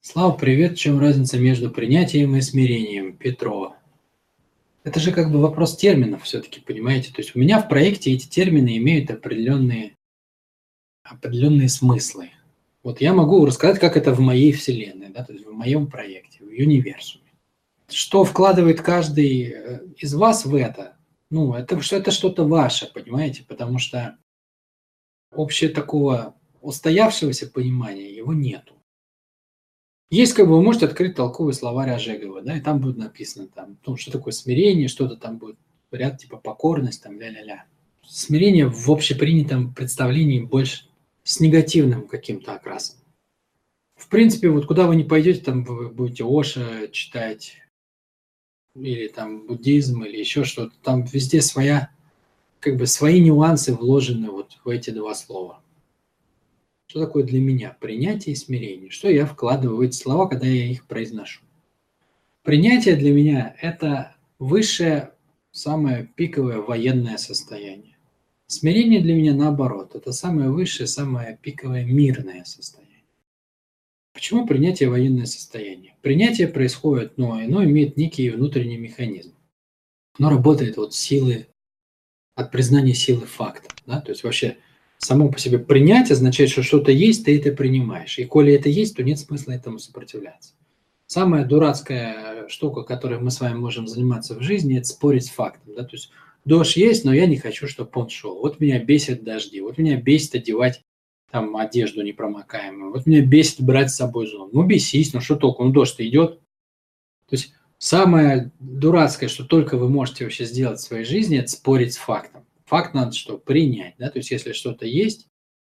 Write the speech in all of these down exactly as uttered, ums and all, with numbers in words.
Слава, привет. В чем разница между принятием и смирением? Петро. Это же как бы вопрос терминов все-таки, понимаете? То есть у меня в проекте эти термины имеют определенные, определенные смыслы. Вот я могу рассказать, как это в моей вселенной, да, то есть в моем проекте, в универсуме. Что вкладывает каждый э, из вас в это? Ну, это, что это что-то ваше, понимаете? Потому что общее такого устоявшегося понимания его нету. Есть, как бы, вы можете открыть толковый словарь Ожегова, да, и там будет написано, там, ну, что такое смирение, что-то там будет, ряд типа покорность, там, ля-ля-ля. Смирение в общепринятом представлении больше с негативным каким-то окрасом. В принципе, вот куда вы ни пойдете, там вы будете Оша читать, или там буддизм, или еще что-то, там везде своя, как бы свои нюансы вложены вот в эти два слова. Что такое для меня принятие и смирение? Что я вкладываю в эти слова, когда я их произношу? Принятие для меня – это высшее, самое пиковое военное состояние. Смирение для меня наоборот, это самое высшее, самое пиковое мирное состояние. Почему принятие военное состояние? Принятие происходит, но оно имеет некий внутренний механизм. Оно работает от силы, от признания силы факта. Да? То есть вообще само по себе принять означает, что что-то есть, ты это принимаешь. И коли это есть, то нет смысла этому сопротивляться. Самая дурацкая штука, которой мы с вами можем заниматься в жизни, это спорить с фактом. Да? То есть дождь есть, но я не хочу, чтобы он шел. Вот меня бесит дожди, вот меня бесит одевать там одежду непромокаемую, вот меня бесит брать с собой зонт. Ну бесись, ну что толку, ну дождь-то идет. То есть самое дурацкое, что только вы можете вообще сделать в своей жизни, это спорить с фактом. Факт надо что? Принять. Да? То есть если что-то есть,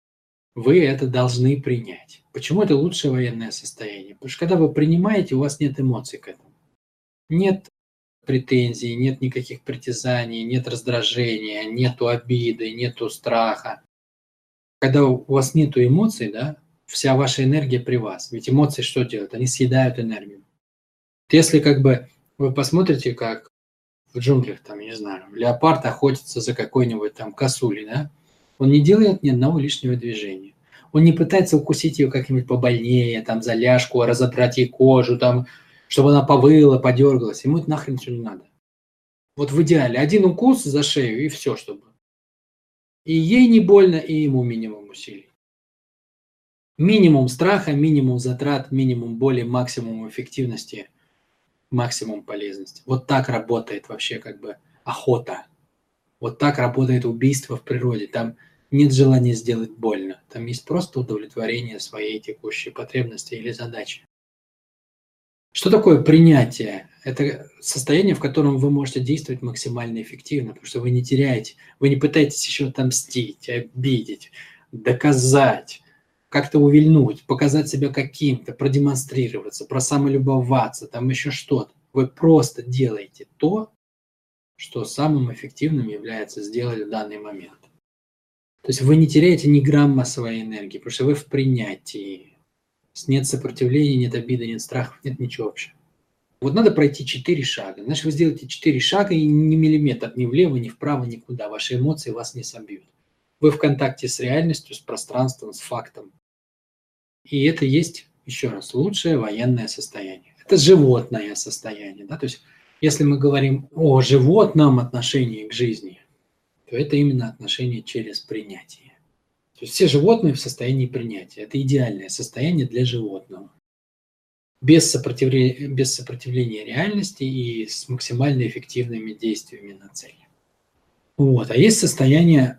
вы это должны принять. Почему это лучшее военное состояние? Потому что когда вы принимаете, у вас нет эмоций к этому. Нет претензий, нет никаких притязаний, нет раздражения, нету обиды, нету страха. Когда у вас нету эмоций, да, вся ваша энергия при вас. Ведь эмоции что делают? Они съедают энергию. Если как бы вы посмотрите, как в джунглях, там, я не знаю, леопард охотится за какой-нибудь там косулей, да, он не делает ни одного лишнего движения. Он не пытается укусить ее как-нибудь побольнее, там, за ляжку, разодрать ей кожу, там, чтобы она повыла, подергалась. Ему это нахрен все не надо. Вот в идеале один укус за шею и все, чтобы. И ей не больно, и ему минимум усилий. Минимум страха, минимум затрат, минимум боли, максимум эффективности, максимум полезности. Вот так работает вообще как бы охота. Вот так работает убийство в природе. Там нет желания сделать больно. Там есть просто удовлетворение своей текущей потребности или задачи. Что такое принятие? Это состояние, в котором вы можете действовать максимально эффективно, потому что вы не теряете, вы не пытаетесь еще отомстить, обидеть, доказать, как-то увильнуть, показать себя каким-то, продемонстрироваться, просамолюбоваться, там еще что-то. Вы просто делаете то, что самым эффективным является сделать в данный момент. То есть вы не теряете ни грамма своей энергии, потому что вы в принятии. Нет сопротивления, нет обиды, нет страхов, нет ничего вообще. Вот надо пройти четыре шага. Значит, вы сделаете четыре шага и ни миллиметр ни влево, ни вправо, никуда. Ваши эмоции вас не собьют. Вы в контакте с реальностью, с пространством, с фактом. И это есть, еще раз, лучшее военное состояние. Это животное состояние. Да? То есть, если мы говорим о животном отношении к жизни, то это именно отношение через принятие. То есть все животные в состоянии принятия. Это идеальное состояние для животного. Без сопротивления, без сопротивления реальности и с максимально эффективными действиями на цель. Вот. А есть состояние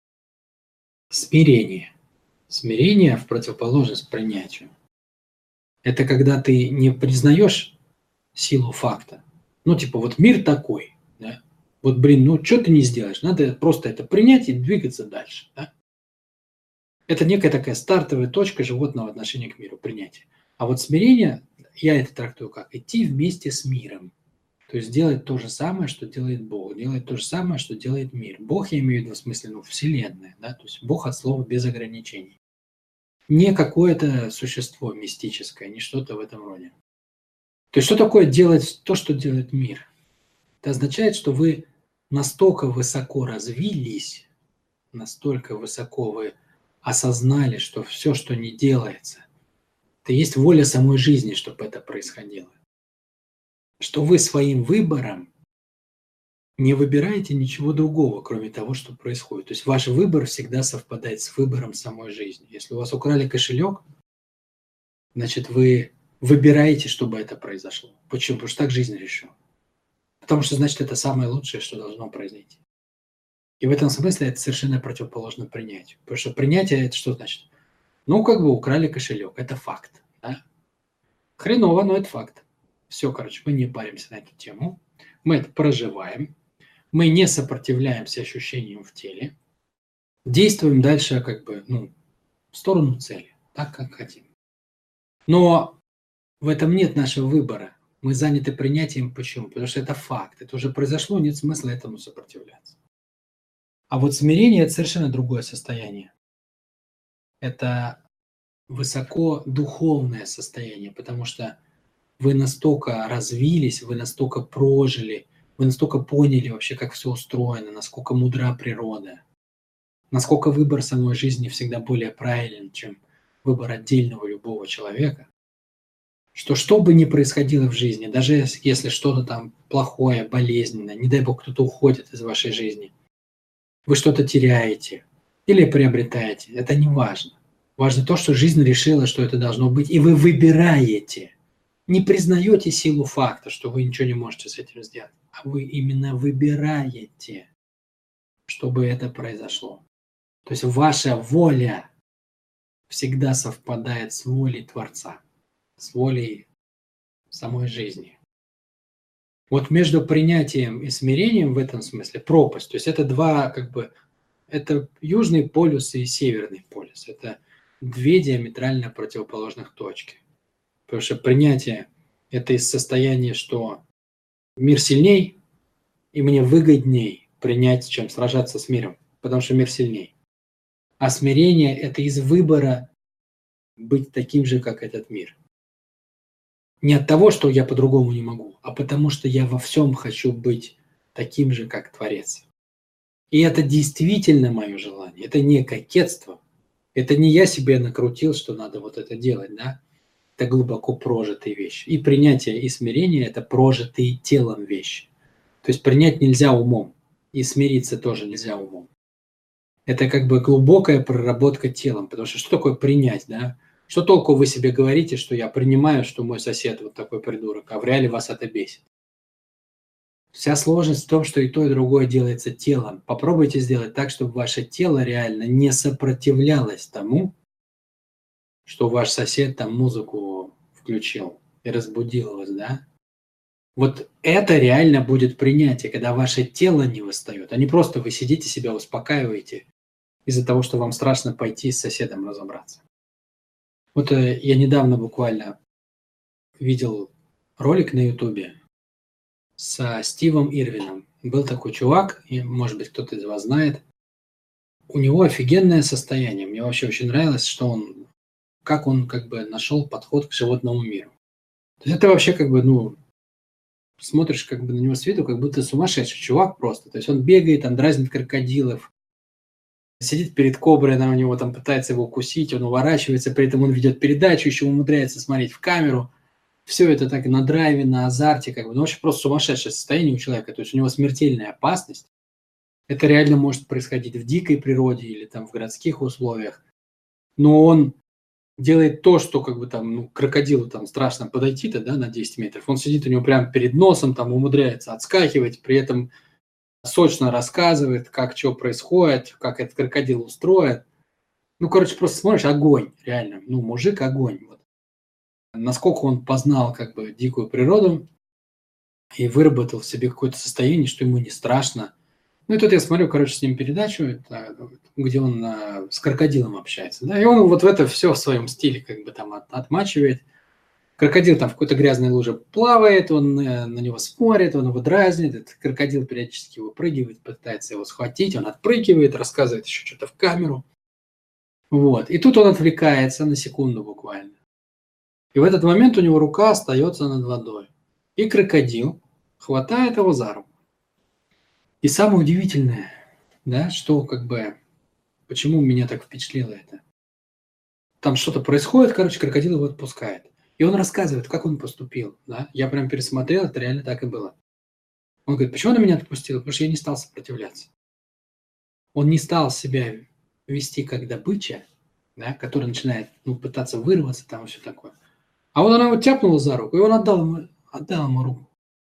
смирения. Смирение в противоположность принятию. Это когда ты не признаешь силу факта. Ну, типа, вот мир такой, да? Вот, блин, ну что ты не сделаешь? Надо просто это принять и двигаться дальше. Да? Это некая такая стартовая точка животного отношения к миру, принятие. А вот смирение, я это трактую как идти вместе с миром. То есть делать то же самое, что делает Бог, делать то же самое, что делает мир. Бог, я имею в виду в смысле, ну, Вселенная, да, то есть Бог от слова без ограничений. Не какое-то существо мистическое, не что-то в этом роде. То есть что такое делать то, что делает мир? Это означает, что вы настолько высоко развились, настолько высоко вы осознали, что все, что не делается, Это есть воля самой жизни, чтобы это происходило. Что вы своим выбором не выбираете ничего другого, кроме того, что происходит. То есть ваш выбор всегда совпадает с выбором самой жизни. Если у вас украли кошелек, значит, вы выбираете, чтобы это произошло. Почему? Потому что так жизнь решила. Потому что, значит, это самое лучшее, что должно произойти. И в этом смысле это совершенно противоположно принятию. Потому что принятие – это что значит? Ну, как бы украли кошелек, это факт. Да? Хреново, но это факт. Все, короче, мы не паримся на эту тему. Мы это проживаем. Мы не сопротивляемся ощущениям в теле. Действуем дальше как бы, ну, в сторону цели, так, как хотим. Но в этом нет нашего выбора. Мы заняты принятием. Почему? Потому что это факт. Это уже произошло, нет смысла этому сопротивляться. А вот смирение – это совершенно другое состояние. Это высокодуховное состояние, потому что вы настолько развились, вы настолько прожили, вы настолько поняли вообще, как все устроено, насколько мудра природа, насколько выбор самой жизни всегда более правилен, чем выбор отдельного любого человека, что что бы ни происходило в жизни, даже если что-то там плохое, болезненное, не дай бог кто-то уходит из вашей жизни, вы что-то теряете или приобретаете, это не важно. Важно то, что жизнь решила, что это должно быть, и вы выбираете. Не признаете силу факта, что вы ничего не можете с этим сделать, а вы именно выбираете, чтобы это произошло. То есть ваша воля всегда совпадает с волей Творца, с волей самой жизни. Вот между принятием и смирением в этом смысле пропасть. То есть это два, как бы, это южный полюс и северный полюс. Это две диаметрально противоположных точки. Потому что принятие – это из состояния, что мир сильней, и мне выгодней принять, чем сражаться с миром, потому что мир сильней. А смирение – это из выбора быть таким же, как этот мир. Не от того, что я по-другому не могу, а потому что я во всем хочу быть таким же, как Творец. И это действительно мое желание, это не кокетство, это не я себе накрутил, что надо вот это делать, да? Это глубоко прожитые вещи. И принятие, и смирение – это прожитые телом вещи. То есть принять нельзя умом, и смириться тоже нельзя умом. Это как бы глубокая проработка телом, потому что что такое принять, да? Что толку вы себе говорите, что я принимаю, что мой сосед вот такой придурок, а в реале вас это бесит? Вся сложность в том, что и то, и другое делается телом. Попробуйте сделать так, чтобы ваше тело реально не сопротивлялось тому, что ваш сосед там музыку включил и разбудил вас, да? Вот это реально будет принятие, когда ваше тело не восстает, а не просто вы сидите, себя успокаиваете из-за того, что вам страшно пойти с соседом разобраться. Вот э, я недавно буквально видел ролик на Ютубе со Стивом Ирвином. Был такой чувак, и, может быть, кто-то из вас знает. У него офигенное состояние. Мне вообще очень нравилось, что он, как он как бы нашел подход к животному миру. То есть это вообще как бы, ну, смотришь как бы на него с виду, как будто сумасшедший чувак просто. То есть он бегает, там дразнит крокодилов, сидит перед коброй, она у него там пытается его укусить, он уворачивается, при этом он ведет передачу, еще умудряется смотреть в камеру. Все это так на драйве, на азарте, как бы, ну, вообще просто сумасшедшее состояние у человека. То есть у него смертельная опасность. Это реально может происходить в дикой природе или там в городских условиях. Но он делает то, что как бы там, ну, крокодилу там страшно подойти-то, да, на десять метров. Он сидит у него прямо перед носом, там умудряется отскакивать, при этом сочно рассказывает, как что происходит, как этот крокодил устроен. Ну, короче, просто смотришь, огонь, реально. Ну, мужик огонь. Вот. Насколько он познал как бы дикую природу и выработал в себе какое-то состояние, что ему не страшно. Ну и тут я смотрю, короче, с ним передачу, это, где он а, с крокодилом общается. Да, и он вот в это все в своем стиле как бы там от, отмачивает. Крокодил там в какой-то грязной луже плавает, он э, на него смотрит, он его дразнит. Этот крокодил периодически выпрыгивает, пытается его схватить, он отпрыгивает, рассказывает еще что-то в камеру. Вот. И тут он отвлекается на секунду буквально. И в этот момент у него рука остается над водой. И крокодил хватает его за руку. И самое удивительное, да, что как бы, почему меня так впечатлило это? там что-то происходит, короче, крокодил его отпускает. И он рассказывает, как он поступил. Да? Я прям пересмотрел, это реально так и было. Он говорит, почему он меня отпустил? Потому что я не стал сопротивляться. Он не стал себя вести как добыча, да, который начинает ну, пытаться вырваться там и все такое. А вот она его тяпнула за руку, и он отдал ему, отдал ему руку.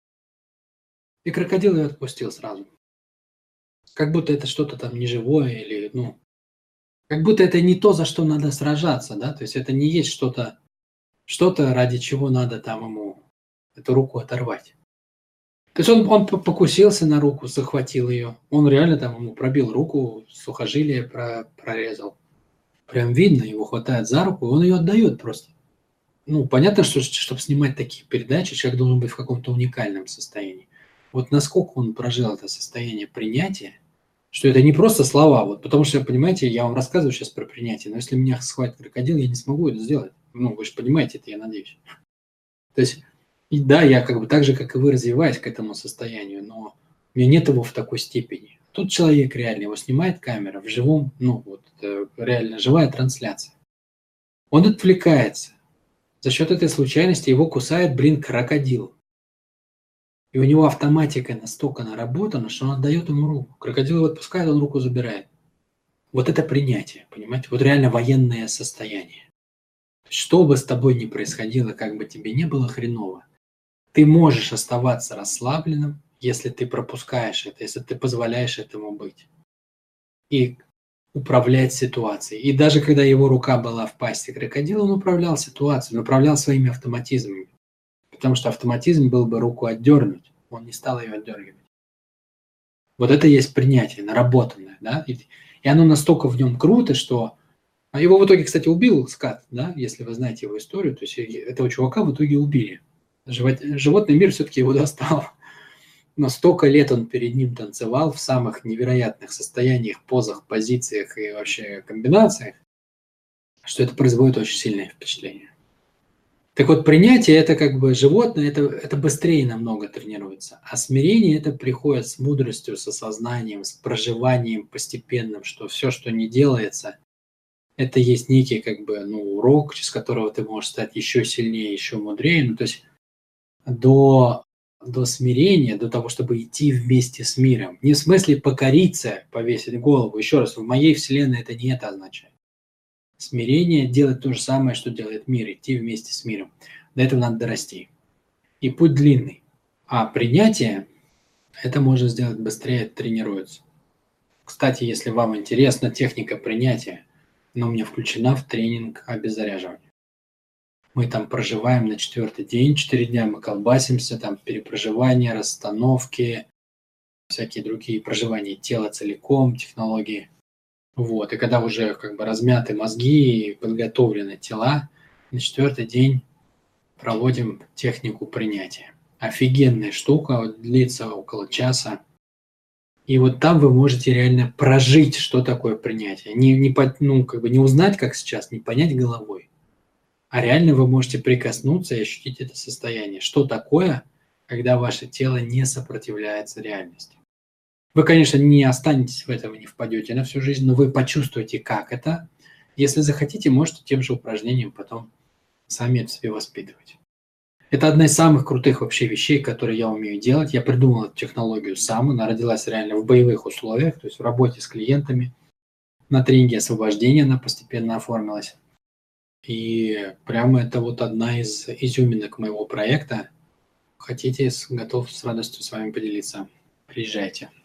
И крокодил ее отпустил сразу. Как будто это что-то там неживое или, ну, как будто это не то, за что надо сражаться, да, то есть это не есть что-то, что-то, ради чего надо там ему эту руку оторвать. То есть он, он по- покусился на руку, захватил ее. Он реально там ему пробил руку, сухожилие про- прорезал. Прям видно, его хватает за руку, и он ее отдает просто. Ну, понятно, что чтобы снимать такие передачи, человек должен быть в каком-то уникальном состоянии. Вот насколько он прожил это состояние принятия, что это не просто слова, вот, потому что, понимаете, я вам рассказываю сейчас про принятие, но если меня схватит крокодил, я не смогу это сделать. Ну, вы же понимаете это, я надеюсь. То есть, и да, я как бы так же, как и вы, развиваюсь к этому состоянию, но у меня нет его в такой степени. Тут человек реально, его снимает камера в живом, ну, вот, э, реально живая трансляция. Он отвлекается. За счет этой случайности его кусает, блин, крокодил. И у него автоматика настолько наработана, что он отдает ему руку. Крокодил его отпускает, он руку забирает. Вот это принятие, понимаете? Вот реально военное состояние. Что бы с тобой ни происходило, как бы тебе не было хреново, ты можешь оставаться расслабленным, если ты пропускаешь это, если ты позволяешь этому быть. И управлять ситуацией. И даже когда его рука была в пасти крокодила, он управлял ситуацией, он управлял своими автоматизмами. Потому что автоматизм был бы руку отдернуть, он не стал ее отдергивать. Вот это и есть принятие, наработанное, да, и, и оно настолько в нем круто, что а его в итоге, кстати, убил скат, да, если вы знаете его историю, то есть этого чувака в итоге убили. Живот, животный мир все-таки его достал. Но столько лет он перед ним танцевал в самых невероятных состояниях, позах, позициях и вообще комбинациях, что это производит очень сильное впечатление. Так вот, принятие – это как бы животное, это, это быстрее намного тренируется. А смирение – это приходит с мудростью, с осознанием, с проживанием постепенным, что все, что не делается, это есть некий как бы, ну, урок, через которого ты можешь стать еще сильнее, еще мудрее. Ну, то есть до, до смирения, до того, чтобы идти вместе с миром. Не в смысле покориться, повесить голову. Еще раз, в моей вселенной это не это означает. Смирение – делать то же самое, что делает мир, идти вместе с миром. До этого надо дорасти. И путь длинный. А принятие – это можно сделать быстрее, это тренируется. Кстати, если вам интересна техника принятия, она у меня включена в тренинг обеззаряживания. Мы там проживаем на четвертый день, четыре дня мы колбасимся, там перепроживания, расстановки, всякие другие проживания тела целиком, технологии. Вот. И когда уже как бы размяты мозги и подготовлены тела, на четвертый день проводим технику принятия. Офигенная штука, длится около часа. И вот там вы можете реально прожить, что такое принятие. Не, не, ну, как бы не узнать, как сейчас, не понять головой, а реально вы можете прикоснуться и ощутить это состояние. Что такое, когда ваше тело не сопротивляется реальности. Вы, конечно, не останетесь в этом и не впадете на всю жизнь, но вы почувствуете, как это. Если захотите, можете тем же упражнением потом сами это себе воспитывать. Это одна из самых крутых вообще вещей, которые я умею делать. Я придумал эту технологию сам, она родилась реально в боевых условиях, то есть в работе с клиентами. На тренинге освобождения она постепенно оформилась. И прямо это вот одна из изюминок моего проекта. Хотите, готов с радостью с вами поделиться. Приезжайте.